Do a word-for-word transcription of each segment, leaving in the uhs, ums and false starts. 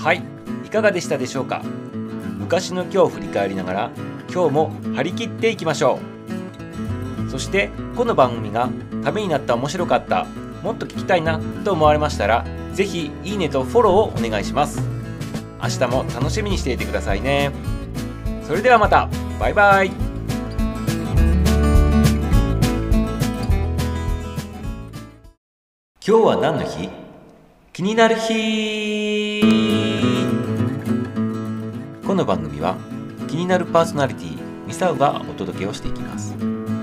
はい、いかがでしたでしょうか。昔の今日を振り返りながら今日も張り切っていきましょう。そしてこの番組がためになった、面白かった、もっと聞きたいなと思われましたら、ぜひいいねとフォローをお願いします。明日も楽しみにしていてくださいね。それではまた、バイバイ。今日は何の日？気になる日。この番組は気になるパーソナリティミサウがお届けをしていきます。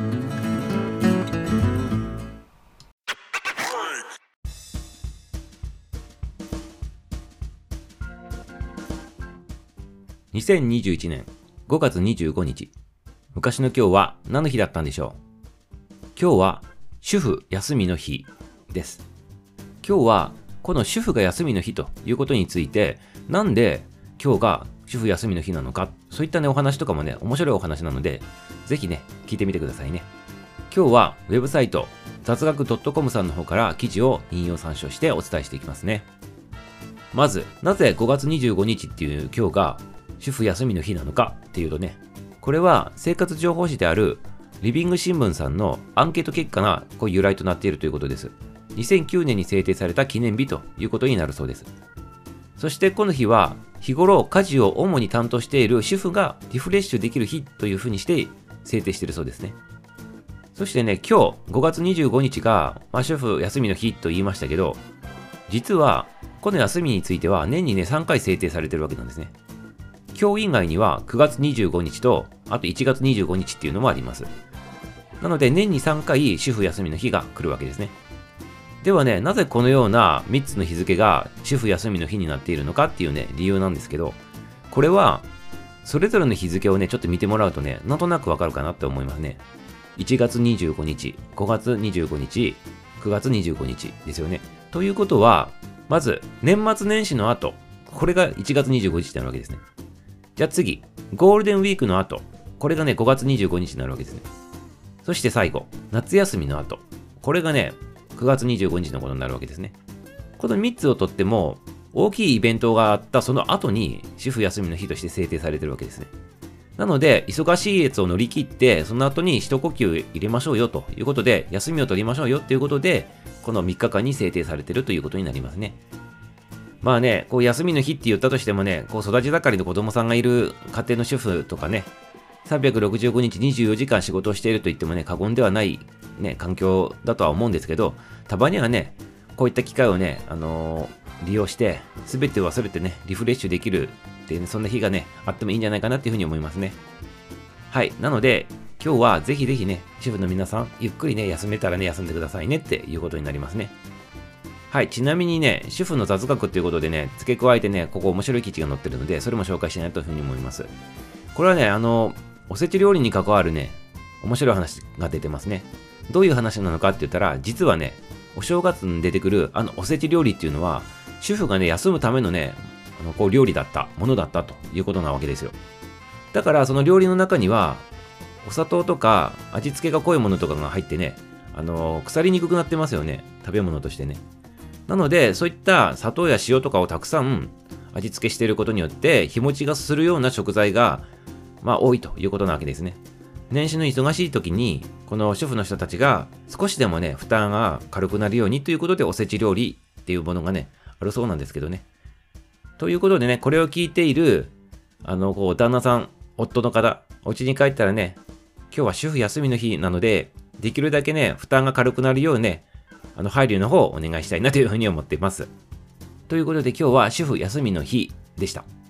にせんにじゅういちねんごがつにじゅうごにち、昔の今日は何の日だったんでしょう。今日は主婦休みの日です。今日はこの主婦が休みの日ということについて、なんで今日が主婦休みの日なのか、そういったねお話とかもね面白いお話なので、ぜひね聞いてみてくださいね。今日はウェブサイト雑学 .com さんの方から記事を引用参照してお伝えしていきますね。まず、なぜごがつにじゅうごにちっていう今日が主婦休みの日なのかっていうとね、これは生活情報誌であるリビング新聞さんのアンケート結果がこう由来となっているということです。にせんきゅうねんに制定された記念日ということになるそうです。そしてこの日は日頃家事を主に担当している主婦がリフレッシュできる日というふうにして制定しているそうですね。そしてね、今日ごがつにじゅうごにちが、まあ、主婦休みの日と言いましたけど、実はこの休みについては年にねさんかい制定されているわけなんですね。今日以外にはくがつにじゅうごにちと、あといちがつにじゅうごにちっていうのもあります。なので年にさんかい主婦休みの日が来るわけですね。ではね、なぜこのようなみっつの日付が主婦休みの日になっているのかっていうね、理由なんですけど、これはそれぞれの日付をね、ちょっと見てもらうとね、なんとなくわかるかなって思いますね。いちがつにじゅうごにち、ごがつにじゅうごにち、くがつにじゅうごにちですよね。ということは、まず年末年始の後、これがいちがつにじゅうごにちになるわけですね。じゃあ次、ゴールデンウィークの後、これがね、ごがつにじゅうごにちになるわけですね。そして最後、夏休みの後、これがね、くがつにじゅうごにちのことになるわけですね。このみっつをとっても、大きいイベントがあったその後に主婦休みの日として制定されてるわけですね。なので、忙しいやつを乗り切って、その後に一呼吸入れましょうよということで、休みを取りましょうよということで、このみっかかんに制定されてるということになりますね。まあね、こう休みの日って言ったとしてもね、こう育ち盛りの子供さんがいる家庭の主婦とかね、さんびゃくろくじゅうごにちにじゅうよじかん仕事をしていると言ってもね、過言ではないね、環境だとは思うんですけど、たまにはね、こういった機会をね、あのー、利用して、すべて忘れてね、リフレッシュできるっていうね、そんな日がね、あってもいいんじゃないかなっていうふうに思いますね。はい。なので、今日はぜひぜひね、主婦の皆さん、ゆっくりね、休めたらね、休んでくださいねっていうことになりますね。はい。ちなみにね、主婦の雑学っていうことでね、付け加えてね、ここ面白い記事が載ってるので、それも紹介しないというふうに思います。これはね、あの、おせち料理に関わるね、面白い話が出てますね。どういう話なのかって言ったら、実はね、お正月に出てくるあのおせち料理っていうのは、主婦がね、休むためのね、あのこう料理だった、ものだったということなわけですよ。だからその料理の中には、お砂糖とか味付けが濃いものとかが入ってね、あの腐りにくくなってますよね、食べ物としてね。なので、そういった砂糖や塩とかをたくさん味付けしていることによって、日持ちがするような食材が、まあ多いということなわけですね。年始の忙しい時に、この主婦の人たちが少しでもね、負担が軽くなるようにということで、おせち料理っていうものがね、あるそうなんですけどね。ということでね、これを聞いている、あの、こう、旦那さん、夫の方、お家に帰ったらね、今日は主婦休みの日なので、できるだけね、負担が軽くなるようね、あの、配慮の方をお願いしたいなというふうに思っています。ということで今日は主婦休みの日でした。